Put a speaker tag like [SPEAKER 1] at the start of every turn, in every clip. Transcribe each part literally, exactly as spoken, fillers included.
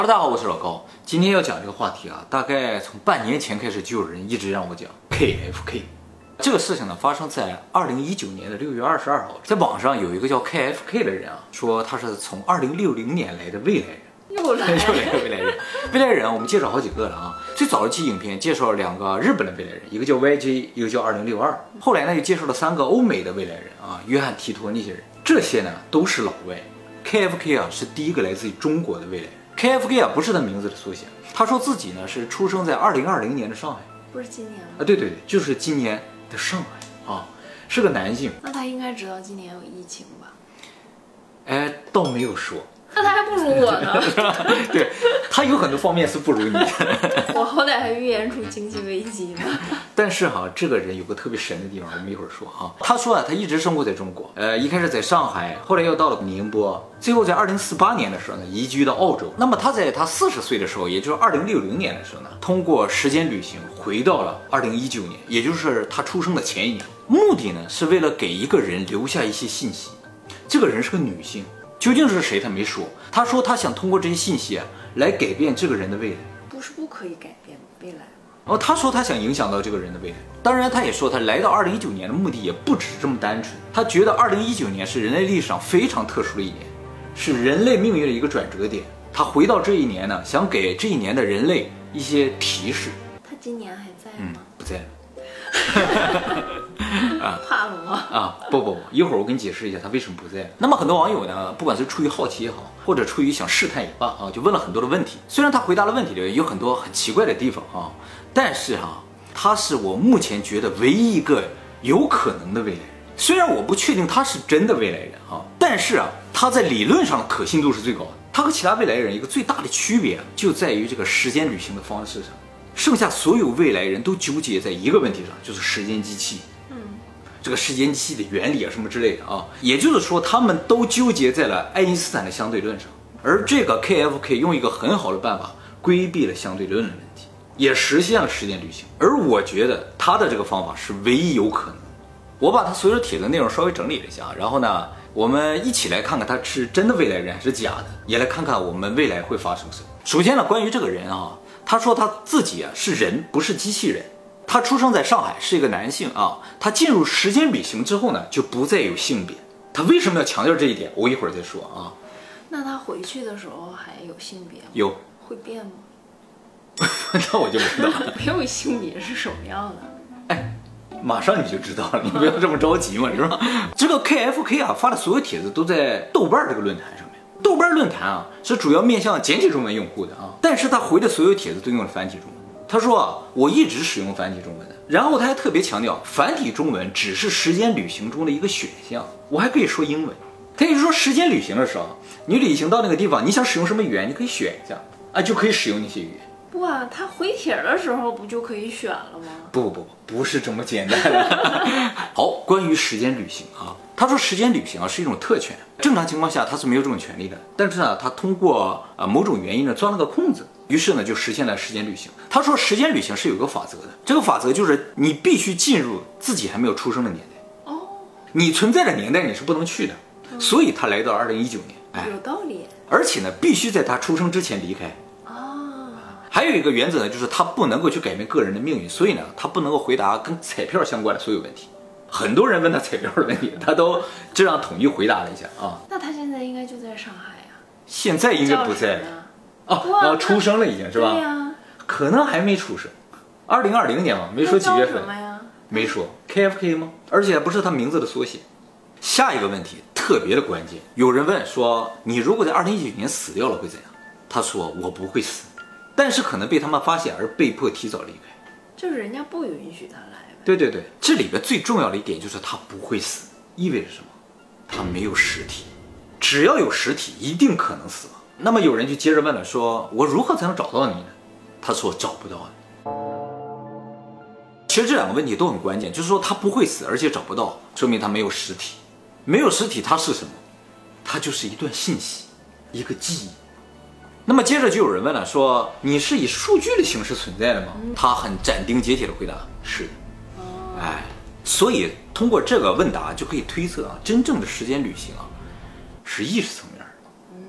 [SPEAKER 1] 哈喽，大家好，我是老高。今天要讲这个话题啊，大概从半年前开始就有人一直让我讲 K F K。这个事情呢，发生在二零一九年的六月二十二号，在网上有一个叫 K F K 的人啊，说他是从二零六零年来的未来人。
[SPEAKER 2] 又来，
[SPEAKER 1] 又来未来人。未来人我们介绍好几个了啊。最早的期影片介绍了两个日本的未来人，一个叫 Y J， 一个叫二零六二。后来呢，又介绍了三个欧美的未来人啊，约翰提托那些人。这些呢都是老外。K F K 啊是第一个来自于中国的未来人。K F K 啊不是他名字的缩写，他说自己呢是出生在二零二零年的上海。
[SPEAKER 2] 不是今年吗？
[SPEAKER 1] 啊，对对对，就是今年的上海啊，是个男性。
[SPEAKER 2] 那他应该知道今年有疫情吧？
[SPEAKER 1] 哎，倒没有说。
[SPEAKER 2] 那他还不如我呢。
[SPEAKER 1] 对，他有很多方面是不如你的。
[SPEAKER 2] 我好歹还预言出经济危机呢。
[SPEAKER 1] 但是哈，这个人有个特别神的地方，我们一会儿说哈。他说啊，他一直生活在中国，呃，一开始在上海，后来又到了宁波，最后在二零四八年的时候呢，移居到澳洲。那么他在他四十岁的时候，也就是二零六零年的时候呢，通过时间旅行回到了二零一九年，也就是他出生的前一年。目的呢，是为了给一个人留下一些信息。这个人是个女性。究竟是谁？他没说。他说他想通过这些信息啊，来改变这个人的未来。
[SPEAKER 2] 不是不可以改变未来。
[SPEAKER 1] 哦，他说他想影响到这个人的未来。当然，他也说他来到二零一九年的目的也不只是这么单纯。他觉得二零一九年是人类历史上非常特殊的一年，是人类命运的一个转折点。他回到这一年呢，想给这一年的人类一些提示。
[SPEAKER 2] 他今年还在吗？
[SPEAKER 1] 嗯，不在了。
[SPEAKER 2] 啊，怕了吗？
[SPEAKER 1] 啊，不不不，一会儿我给你解释一下他为什么不在。那么很多网友呢，不管是出于好奇也好，或者出于想试探也罢啊，就问了很多的问题。虽然他回答的问题里有很多很奇怪的地方啊，但是哈、啊，他是我目前觉得唯一一个有可能的未来人。虽然我不确定他是真的未来人啊，但是啊，他在理论上的可信度是最高的。他和其他未来人一个最大的区别啊，就在于这个时间旅行的方式上。剩下所有未来人都纠结在一个问题上，就是时间机器。这个时间机器的原理啊，什么之类的啊，也就是说，他们都纠结在了爱因斯坦的相对论上，而这个 K F K 用一个很好的办法规避了相对论的问题，也实现了时间旅行。而我觉得他的这个方法是唯一有可能。我把他所有的帖子内容稍微整理了一下，然后呢，我们一起来看看他是真的未来人还是假的，也来看看我们未来会发生什么。首先呢，关于这个人啊，他说他自己啊是人，不是机器人。他出生在上海，是一个男性啊。他进入时间旅行之后呢，就不再有性别。他为什么要强调这一点？我一会儿再说啊。
[SPEAKER 2] 那他回去的时候还有性别吗？
[SPEAKER 1] 有。
[SPEAKER 2] 会变吗？
[SPEAKER 1] 那我就不知道了。
[SPEAKER 2] 没有性别是什么样的？
[SPEAKER 1] 哎，马上你就知道了，你不要这么着急嘛，是吧？这个 K F K 啊发的所有帖子都在豆瓣这个论坛上面。豆瓣论坛啊是主要面向简体中文用户的啊，但是他回的所有帖子都用了繁体中文。他说啊，我一直使用繁体中文的。然后他还特别强调，繁体中文只是时间旅行中的一个选项，我还可以说英文。他也就是说，时间旅行的时候，你旅行到那个地方，你想使用什么语言，你可以选一下啊，就可以使用那些语言。
[SPEAKER 2] 不啊，他回帖的时候不就可以选了吗？
[SPEAKER 1] 不不不，不是这么简单的。好，关于时间旅行啊，他说时间旅行啊是一种特权，正常情况下他是没有这种权利的。但是呢，他通过啊某种原因呢钻了个空子。于是呢，就实现了时间旅行。他说，时间旅行是有一个法则的，这个法则就是你必须进入自己还没有出生的年代。哦，你存在的年代你是不能去的，嗯、所以他来到二零一九年，
[SPEAKER 2] 哎，有道理。
[SPEAKER 1] 而且呢，必须在他出生之前离开。哦，还有一个原则呢，就是他不能够去改变个人的命运，所以呢，他不能够回答跟彩票相关的所有问题。很多人问他彩票的问题，他都这样统一回答了一下啊。
[SPEAKER 2] 那他现在应该就在上海呀、啊？
[SPEAKER 1] 现在应该不在了。哦，然后出生了已经是吧？
[SPEAKER 2] 对呀，
[SPEAKER 1] 可能还没出生，二零二零年嘛，没说几月份。
[SPEAKER 2] 什么呀？
[SPEAKER 1] 没说 K F K 吗？而且不是他名字的缩写。下一个问题特别的关键，有人问说，你如果在二零一九年死掉了会怎样？他说我不会死，但是可能被他们发现而被迫提早离开。
[SPEAKER 2] 就是人家不允许他来。
[SPEAKER 1] 对对对，这里边最重要的一点就是他不会死，意味着什么？他没有实体，只要有实体，一定可能死亡。那么有人就接着问了，说我如何才能找到你呢？他说找不到你。其实这两个问题都很关键，就是说他不会死，而且找不到，说明他没有实体。没有实体，它是什么？它就是一段信息，一个记忆。那么接着就有人问了，说你是以数据的形式存在的吗？他很斩钉截铁的回答，是的。哎，所以通过这个问答就可以推测啊，真正的时间旅行啊，是意识层面的。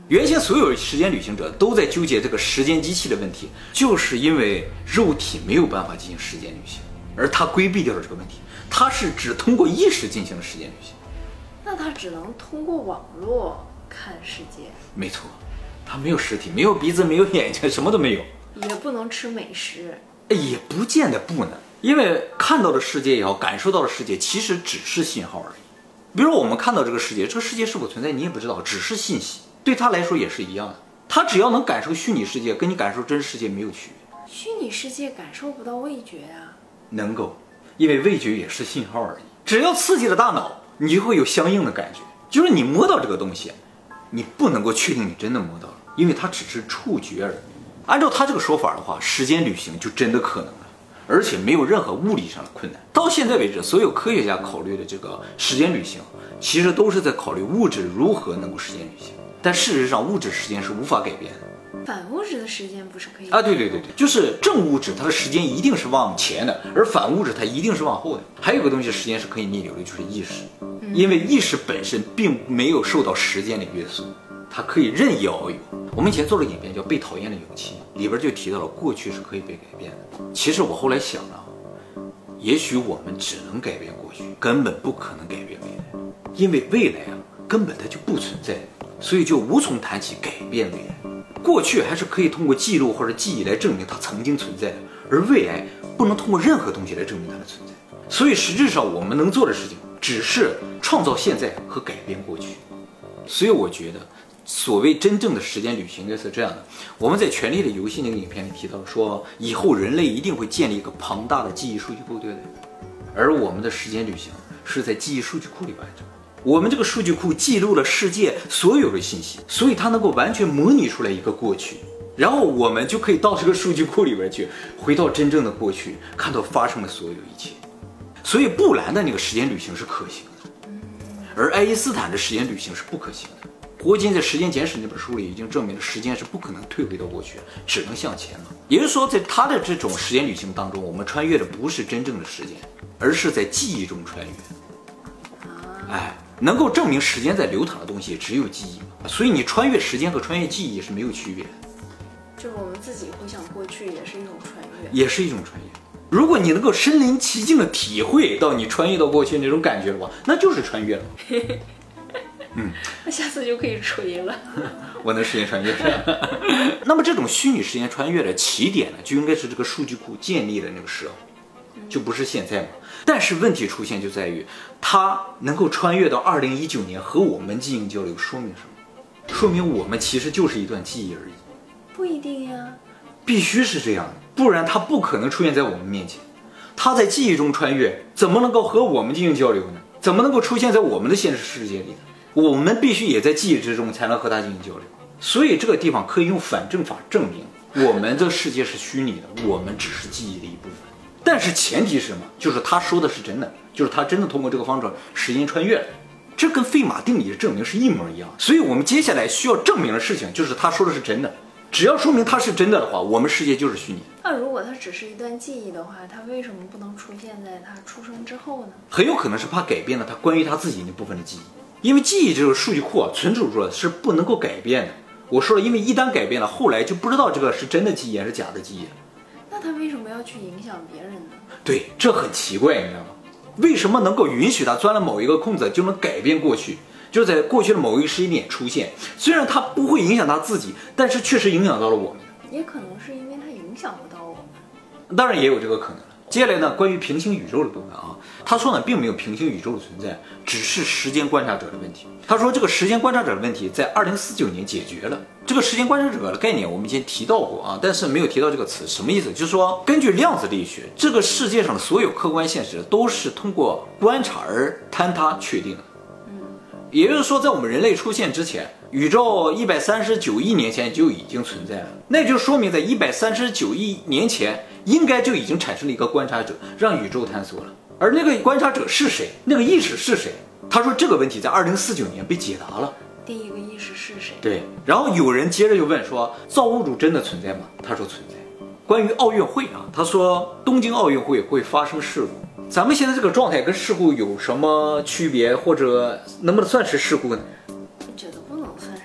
[SPEAKER 1] 原先所有时间旅行者都在纠结这个时间机器的问题，就是因为肉体没有办法进行时间旅行，而他规避掉了这个问题，他是只通过意识进行了时间旅行。
[SPEAKER 2] 那他只能通过网络看世界？
[SPEAKER 1] 没错，他没有实体，没有鼻子，没有眼睛，什么都没有，
[SPEAKER 2] 也不能吃美食，
[SPEAKER 1] 也不见得不能，因为看到的世界也好，感受到的世界其实只是信号而已。比如说我们看到这个世界，这个世界是否存在你也不知道，只是信息，对他来说也是一样的。他只要能感受虚拟世界，跟你感受真实世界没有区别。
[SPEAKER 2] 虚拟世界感受不到味觉啊？
[SPEAKER 1] 能够，因为味觉也是信号而已。只要刺激了大脑，你就会有相应的感觉。就是你摸到这个东西，你不能够确定你真的摸到了，因为它只是触觉而已。按照他这个说法的话，时间旅行就真的可能了。而且没有任何物理上的困难。到现在为止，所有科学家考虑的这个时间旅行，其实都是在考虑物质如何能够时间旅行。但事实上，物质时间是无法改变的。
[SPEAKER 2] 反物质的时间不是可以
[SPEAKER 1] 啊？对对对对，就是正物质它的时间一定是往前的，而反物质它一定是往后的。还有个东西时间是可以逆流的，就是意识，因为意识本身并没有受到时间的约束，它可以任意遨游。我们以前做了影片叫《被讨厌的勇气》，里边就提到了过去是可以被改变的。其实我后来想了，也许我们只能改变过去，根本不可能改变未来，因为未来啊根本它就不存在，所以就无从谈起改变未来。过去还是可以通过记录或者记忆来证明它曾经存在的，而未来不能通过任何东西来证明它的存在。所以实质上我们能做的事情只是创造现在和改变过去。所以我觉得所谓真正的时间旅行应该是这样的。我们在《权力的游戏》那个影片里提到说，以后人类一定会建立一个庞大的记忆数据库，对不对？而我们的时间旅行是在记忆数据库里完成。我们这个数据库记录了世界所有的信息，所以它能够完全模拟出来一个过去，然后我们就可以到这个数据库里边去，回到真正的过去，看到发生的所有一切。所以布兰的那个时间旅行是可行的，而爱因斯坦的时间旅行是不可行的。霍金在《时间简史》那本书里已经证明了，时间是不可能退回到过去，只能向前了。也就是说，在他的这种时间旅行当中，我们穿越的不是真正的时间，而是在记忆中穿越。哎，能够证明时间在流淌的东西只有记忆嘛，所以你穿越时间和穿越记忆是没有区别的。
[SPEAKER 2] 就是我们自己回想过去，也是一种穿越，
[SPEAKER 1] 也是一种穿越。如果你能够身临其境的体会到你穿越到过去那种感觉的话，那就是穿越了。嗯，
[SPEAKER 2] 那下次就可以吹了。
[SPEAKER 1] 我能时间穿越是吧？那么这种虚拟时间穿越的起点呢，就应该是这个数据库建立的那个时候，就不是现在嘛。但是问题出现就在于，它能够穿越到二零一九年和我们进行交流，说明什么？说明我们其实就是一段记忆而已。
[SPEAKER 2] 不一定呀，必
[SPEAKER 1] 须是这样的，不然它不可能出现在我们面前。它在记忆中穿越，怎么能够和我们进行交流呢？怎么能够出现在我们的现实世界里呢？我们必须也在记忆之中才能和它进行交流。所以这个地方可以用反证法证明，我们的世界是虚拟的，我们只是记忆的一部分。但是前提是什么？就是他说的是真的，就是他真的通过这个方式时间穿越了。这跟费马定理的证明是一模一样。所以我们接下来需要证明的事情就是他说的是真的。只要说明它是真的的话，我们世界就是虚拟。
[SPEAKER 2] 那如果它只是一段记忆的话，它为什么不能出现在他出生之后呢？
[SPEAKER 1] 很有可能是怕改变了他关于他自己那部分的记忆，因为记忆这个数据库啊，存储住了是不能够改变的。我说了，因为一旦改变了，后来就不知道这个是真的记忆还是假的记忆了。
[SPEAKER 2] 那他为什么要去影响别人呢？
[SPEAKER 1] 对，这很奇怪，你知道吗？为什么能够允许他钻了某一个空子就能改变过去？就在过去的某一个时间点出现，虽然它不会影响他自己，但是确实影响到了我们。
[SPEAKER 2] 也可能是因为它影响不到我们。
[SPEAKER 1] 当然也有这个可能了。接下来呢，关于平行宇宙的部分啊，他说呢，并没有平行宇宙的存在，只是时间观察者的问题。他说这个时间观察者的问题在二零四九年解决了。这个时间观察者的概念我们以前提到过啊，但是没有提到这个词，什么意思？就是说，根据量子力学，这个世界上的所有客观现实都是通过观察而坍塌确定的。也就是说，在我们人类出现之前，宇宙一百三十九亿年前就已经存在了。那就说明在一百三十九亿年前，应该就已经产生了一个观察者，让宇宙探索了。而那个观察者是谁？那个意识是谁？他说这个问题在二零四九年被解答了。
[SPEAKER 2] 第一个意识是谁？
[SPEAKER 1] 对。然后有人接着就问说，造物主真的存在吗？他说存在。关于奥运会啊，他说东京奥运会会发生事故。咱们现在这个状态跟事故有什么区别，或者能不能算是事故呢？
[SPEAKER 2] 我觉得不能算是事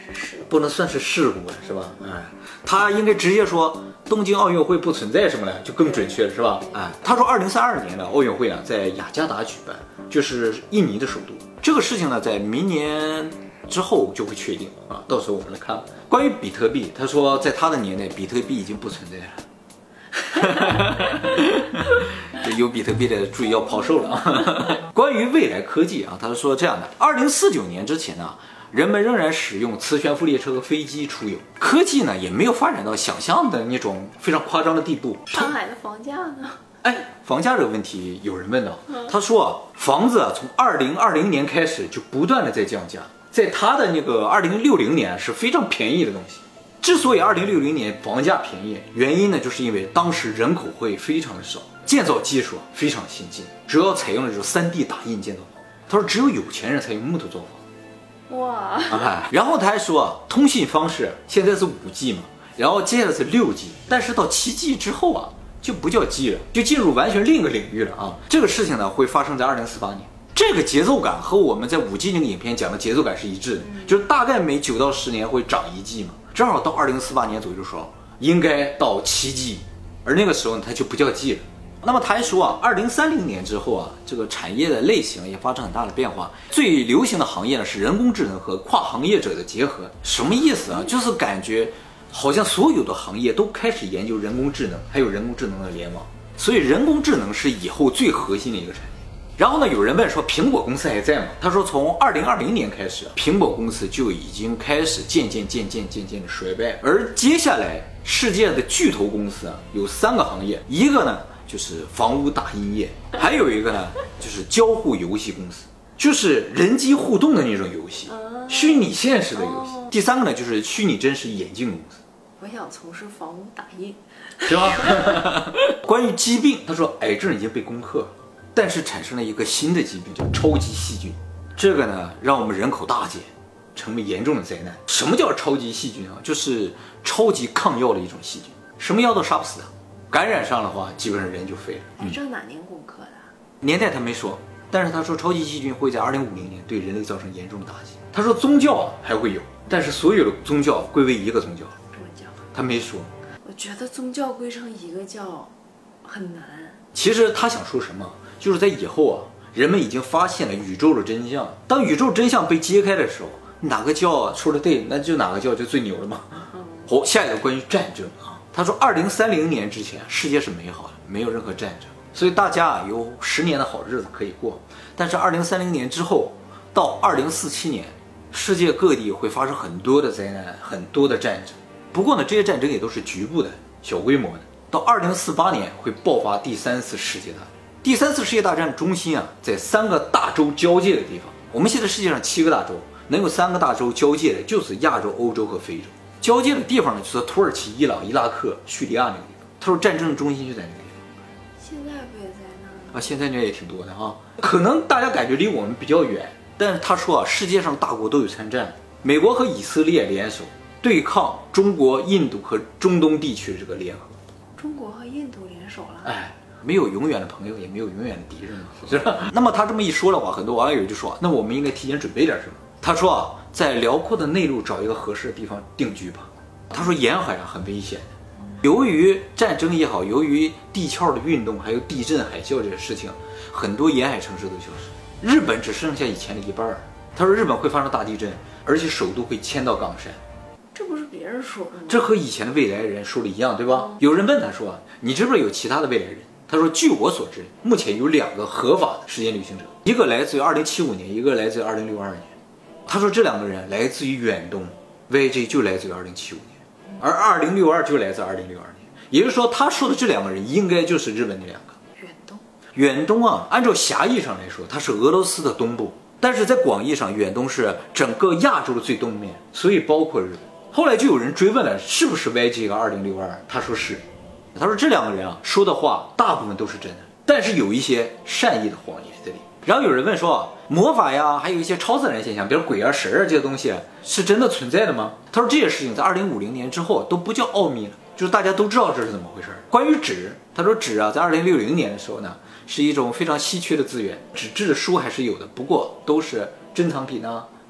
[SPEAKER 1] 不能算是事故了，是吧？哎，他应该直接说东京奥运会不存在什么了，就更准确了，是吧？哎，他说二零三二年的奥运会呢，在雅加达举办，就是印尼的首都。这个事情呢，在明年之后就会确定啊，到时候我们来看。关于比特币，他说在他的年代，比特币已经不存在了。有比特币的注意要抛售了啊！关于未来科技啊，他是说这样的：二零四九年之前呢，人们仍然使用磁悬浮列车和飞机出游，科技呢也没有发展到想象的那种非常夸张的地步。
[SPEAKER 2] 上海的房价呢？
[SPEAKER 1] 哎，房价这个问题有人问到，他说啊，房子啊从二零二零年开始就不断的在降价，在他的那个二零六零年是非常便宜的东西。之所以二零六零年房价便宜，原因呢就是因为当时人口会非常的少，建造技术非常先进，主要采用的就是 三 D 打印建造房。他说只有有钱人才用木头造房。
[SPEAKER 2] 哇！
[SPEAKER 1] 啊，然后他还说，通信方式现在是五 G 嘛，然后接下来是六 G， 但是到七 G 之后啊，就不叫 G 了，就进入完全另一个领域了啊。这个事情呢会发生在二零四八年。这个节奏感和我们在五 G 那个影片讲的节奏感是一致的，就是大概每九到十年会涨一 G 嘛，正好到二零四八年左右的时候，应该到七 G， 而那个时候呢，它就不叫 G 了。那么他还说啊，二零三零年之后啊，这个产业的类型也发生很大的变化，最流行的行业呢是人工智能和跨行业者的结合。什么意思啊？就是感觉好像所有的行业都开始研究人工智能，还有人工智能的联网，所以人工智能是以后最核心的一个产业。然后呢，有人问说苹果公司还在吗？他说从二零二零年开始，苹果公司就已经开始渐渐渐渐渐渐的衰败，而接下来世界的巨头公司啊有三个行业，一个呢就是房屋打印业，还有一个呢就是交互游戏公司，就是人机互动的那种游戏，虚拟现实的游戏。第三个呢就是虚拟真实眼镜公司。
[SPEAKER 2] 我想从事房屋打印，
[SPEAKER 1] 是吧？关于疾病，他说癌症已经被攻克了。但是产生了一个新的疾病，叫超级细菌。这个呢，让我们人口大减，成为严重的灾难。什么叫超级细菌啊？就是超级抗药的一种细菌，什么药都杀不死它。感染上的话，基本上人就废了。
[SPEAKER 2] 癌症哪年攻克的？
[SPEAKER 1] 年代他没说，但是他说超级细菌会在二零五零年对人类造成严重的打击。他说宗教啊还会有，但是所有的宗教归为一个宗教。
[SPEAKER 2] 什么教？
[SPEAKER 1] 他没说。
[SPEAKER 2] 我觉得宗教归成一个教很难。
[SPEAKER 1] 其实他想说什么？就是在以后啊，人们已经发现了宇宙的真相。当宇宙真相被揭开的时候，哪个教说的对，那就哪个教就最牛了嘛。好，下一个关于战争啊，他说二零三零年之前世界是美好的，没有任何战争，所以大家啊有十年的好日子可以过。但是二零三零年之后到二零四七年，世界各地会发生很多的灾难，很多的战争。不过呢，这些战争也都是局部的、小规模的。到二零四八年会爆发第三次世界大战。第三次世界大战中心啊，在三个大洲交界的地方。我们现在世界上七个大洲，能有三个大洲交界的，就是亚洲、欧洲和非洲。交界的地方呢，就是土耳其、伊朗、伊拉克、叙利亚那个地方。他说战争的中心就在那个地方。
[SPEAKER 2] 现在不也在那儿
[SPEAKER 1] 啊？现在那也挺多的哈。可能大家感觉离我们比较远，但是他说啊，世界上大国都有参战，美国和以色列联手对抗中国、印度和中东地区的这个联合。
[SPEAKER 2] 中国和印度联手了？
[SPEAKER 1] 哎。没有永远的朋友，也没有永远的敌人嘛，是吧？那么他这么一说的话，很多网友就说，那我们应该提前准备点什么？他说啊，在辽阔的内陆找一个合适的地方定居吧。他说沿海啊很危险的，由于战争也好，由于地壳的运动，还有地震、海啸这些事情，很多沿海城市都消失，日本只剩下以前的一半。他说日本会发生大地震，而且首都会迁到冈山。
[SPEAKER 2] 这不是别人说的吗？
[SPEAKER 1] 这和以前的未来人说的一样，对吧？嗯、有人问他说，你知不知道有其他的未来人？他说据我所知，目前有两个合法的时间旅行者，一个来自于二零七五年，一个来自于二零六二年。他说这两个人来自于远东 ，Y J 就来自于二零七五年，而二零六二就来自二零六二年。也就是说，他说的这两个人应该就是日本那两个。
[SPEAKER 2] 远东，
[SPEAKER 1] 远东啊，按照狭义上来说，它是俄罗斯的东部，但是在广义上，远东是整个亚洲的最东面，所以包括日本。后来就有人追问了，是不是 Y J 和二零六二？他说是。他说这两个人啊说的话大部分都是真的，但是有一些善意的谎言在里。然后有人问说啊，魔法呀，还有一些超自然现象，比如鬼啊、神啊这些东西，是真的存在的吗？他说这些事情在二零五零年之后都不叫奥秘了，就是大家都知道这是怎么回事。关于纸，他说纸啊，在二零六零年的时候呢，是一种非常稀缺的资源，纸质的书还是有的，不过都是珍藏品啊，或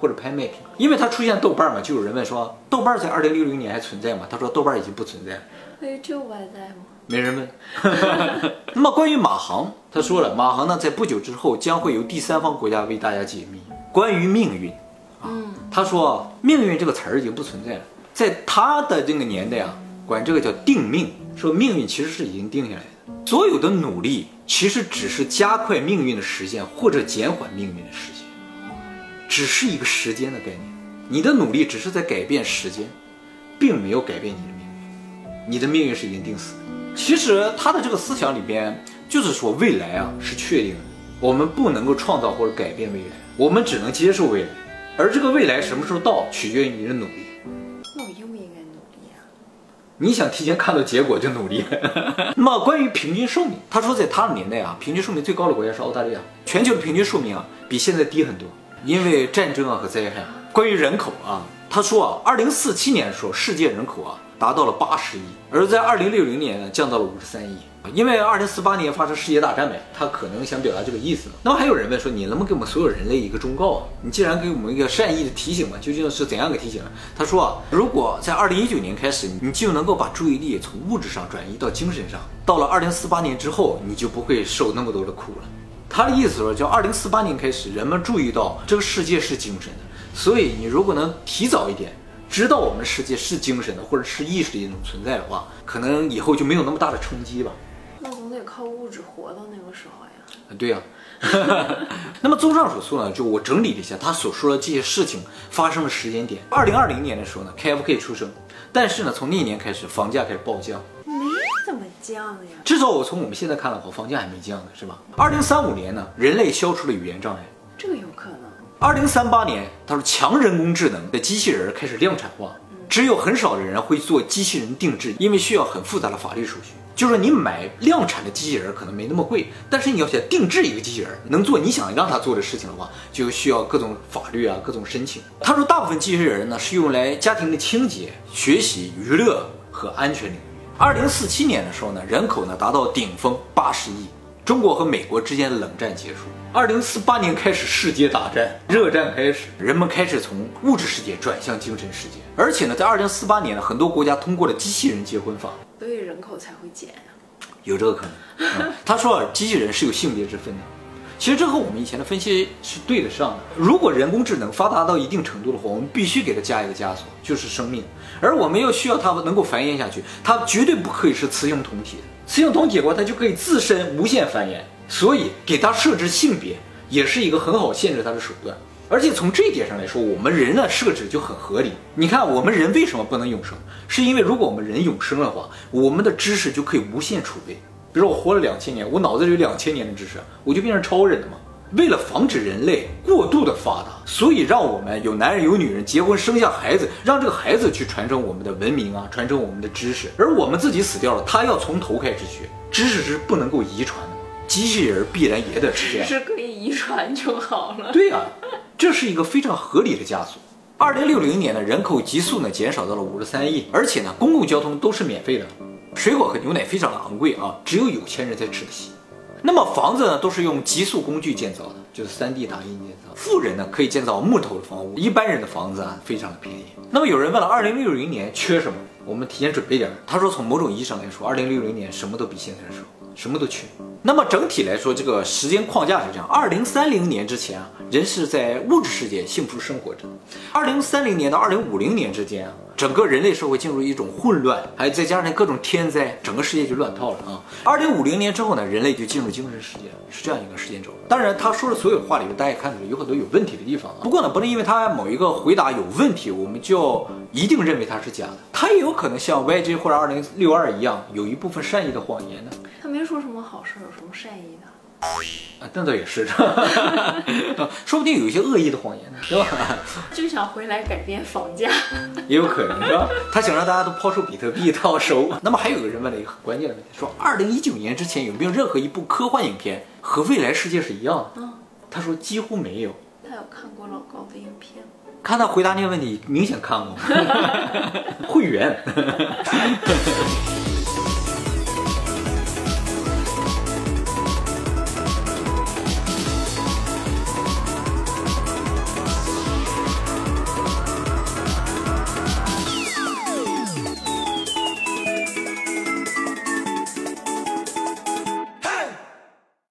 [SPEAKER 1] 或者拍卖品。因为它出现豆瓣嘛，就有人问说豆瓣在二零六零年还存在吗？他说豆瓣已经不存在了。
[SPEAKER 2] 那 YouTube 还在吗？
[SPEAKER 1] 没人问。那么关于马航，他说了，马航呢在不久之后将会由第三方国家为大家解密。关于命运啊，他说命运这个词儿已经不存在了，在他的这个年代啊，管这个叫定命，说命运其实是已经定下来的，所有的努力其实只是加快命运的实现或者减缓命运的实现，只是一个时间的概念。你的努力只是在改变时间，并没有改变你的命运，你的命运是已经定死的。其实他的这个思想里边就是说未来啊是确定的，我们不能够创造或者改变未来，我们只能接受未来，而这个未来什么时候到取决于你的努力。
[SPEAKER 2] 那我应不应该努力啊？
[SPEAKER 1] 你想提前看到结果就努力。那么关于平均寿命，他说在他的年代啊，平均寿命最高的国家是澳大利亚，全球的平均寿命啊比现在低很多，因为战争啊和灾害。关于人口啊，他说啊，二零四七年的时候世界人口啊达到了八十亿，而在二零六零年呢降到了五十三亿。因为二零四八年发生世界大战呗，他可能想表达这个意思。那么还有人问说，你能不能给我们所有人类一个忠告啊？你既然给我们一个善意的提醒嘛，究竟是怎样个提醒呢？他说啊，如果在二零一九年开始，你就能够把注意力从物质上转移到精神上，到了二零四八年之后，你就不会受那么多的苦了。他的意思说，叫二零四八年开始，人们注意到这个世界是精神的，所以你如果能提早一点知道我们的世界是精神的，或者是意识的一种存在的话，可能以后就没有那么大的冲击吧。
[SPEAKER 2] 那总得靠物质活到那个时候呀。
[SPEAKER 1] 对呀、啊。那么综上所述呢，就我整理了一下他所说的这些事情发生的时间点。二零二零年的时候呢 ，K F K 出生，但是呢，从那一年开始房价开始暴降，
[SPEAKER 2] 没怎么降的呀。
[SPEAKER 1] 至少我从我们现在看的话，房价还没降呢，是吧？二零三五年呢，人类消除了语言障碍，
[SPEAKER 2] 这个有可能。
[SPEAKER 1] 二零三八年，他说强人工智能的机器人开始量产化，只有很少的人会做机器人定制，因为需要很复杂的法律手续。就是你买量产的机器人可能没那么贵，但是你要想定制一个机器人能做你想让它做的事情的话，就需要各种法律啊，各种申请。他说大部分机器人呢是用来家庭的清洁、学习、娱乐和安全领域。二零四七年的时候呢，人口呢达到顶峰八十亿，中国和美国之间的冷战结束。二零四八年开始世界大战，热战开始，人们开始从物质世界转向精神世界。而且呢，在二零四八年呢，很多国家通过了机器人结婚法，
[SPEAKER 2] 所以人口才会减呀、啊。
[SPEAKER 1] 有这个可能。嗯、他说啊，机器人是有性别之分的。其实这和我们以前的分析是对得上的。如果人工智能发达到一定程度的话，我们必须给它加一个枷锁，就是生命。而我们要需要它能够繁衍下去，它绝对不可以是雌雄同体的。雌雄同体的话，它就可以自身无限繁衍。所以给它设置性别也是一个很好限制它的手段。而且从这一点上来说，我们人的设置就很合理。你看，我们人为什么不能永生？是因为如果我们人永生的话，我们的知识就可以无限储备。比如说我活了两千年，我脑子里有两千年的知识，我就变成超人了嘛。为了防止人类过度的发达，所以让我们有男人有女人结婚生下孩子，让这个孩子去传承我们的文明啊，传承我们的知识。而我们自己死掉了，他要从头开始学，知识是不能够遗传的。机器人必然也得是这样，
[SPEAKER 2] 是可以遗传就好了。
[SPEAKER 1] 对呀、啊，这是一个非常合理的枷锁。二零六零年呢，人口急速呢减少到了五十三亿，而且呢，公共交通都是免费的，水果和牛奶非常的昂贵啊，只有有钱人才吃得起。那么房子呢，都是用极速工具建造的，就是 三 D 打印建造。富人呢可以建造木头的房屋，一般人的房子啊非常的便宜。那么有人问了，二零六零年缺什么？我们提前准备点。他说，从某种意义上来说，二零六零年什么都比现在少，什么都缺。那么整体来说，这个时间框架是这样：二零三零年之前啊，人是在物质世界幸福生活着；二零三零年到二零五零年之间啊，整个人类社会进入一种混乱，还再加上各种天灾，整个世界就乱套了啊。二零五零年之后呢，人类就进入精神世界，是这样一个时间轴。当然，他说的所有话里面，大家也看出来有很多有问题的地方啊。不过呢，不能因为他某一个回答有问题，我们就一定认为他是假的。他也有可能像 Y J 或者二零六二一样，有一部分善意的谎言呢。
[SPEAKER 2] 他没说什么好事，有什么善意的？
[SPEAKER 1] 啊，那倒也是，说不定有一些恶意的谎言呢，是吧？
[SPEAKER 2] 就想回来改变房价，
[SPEAKER 1] 也有可能，是吧？他想让大家都抛售比特币，他要收。那么还有个人问了一个很关键的问题，说二零一九年之前有没有任何一部科幻影片和未来世界是一样的？
[SPEAKER 2] 嗯，
[SPEAKER 1] 他说几乎没有。
[SPEAKER 2] 他有看过老高的影片吗？
[SPEAKER 1] 看他回答那个问题，明显看过。会员。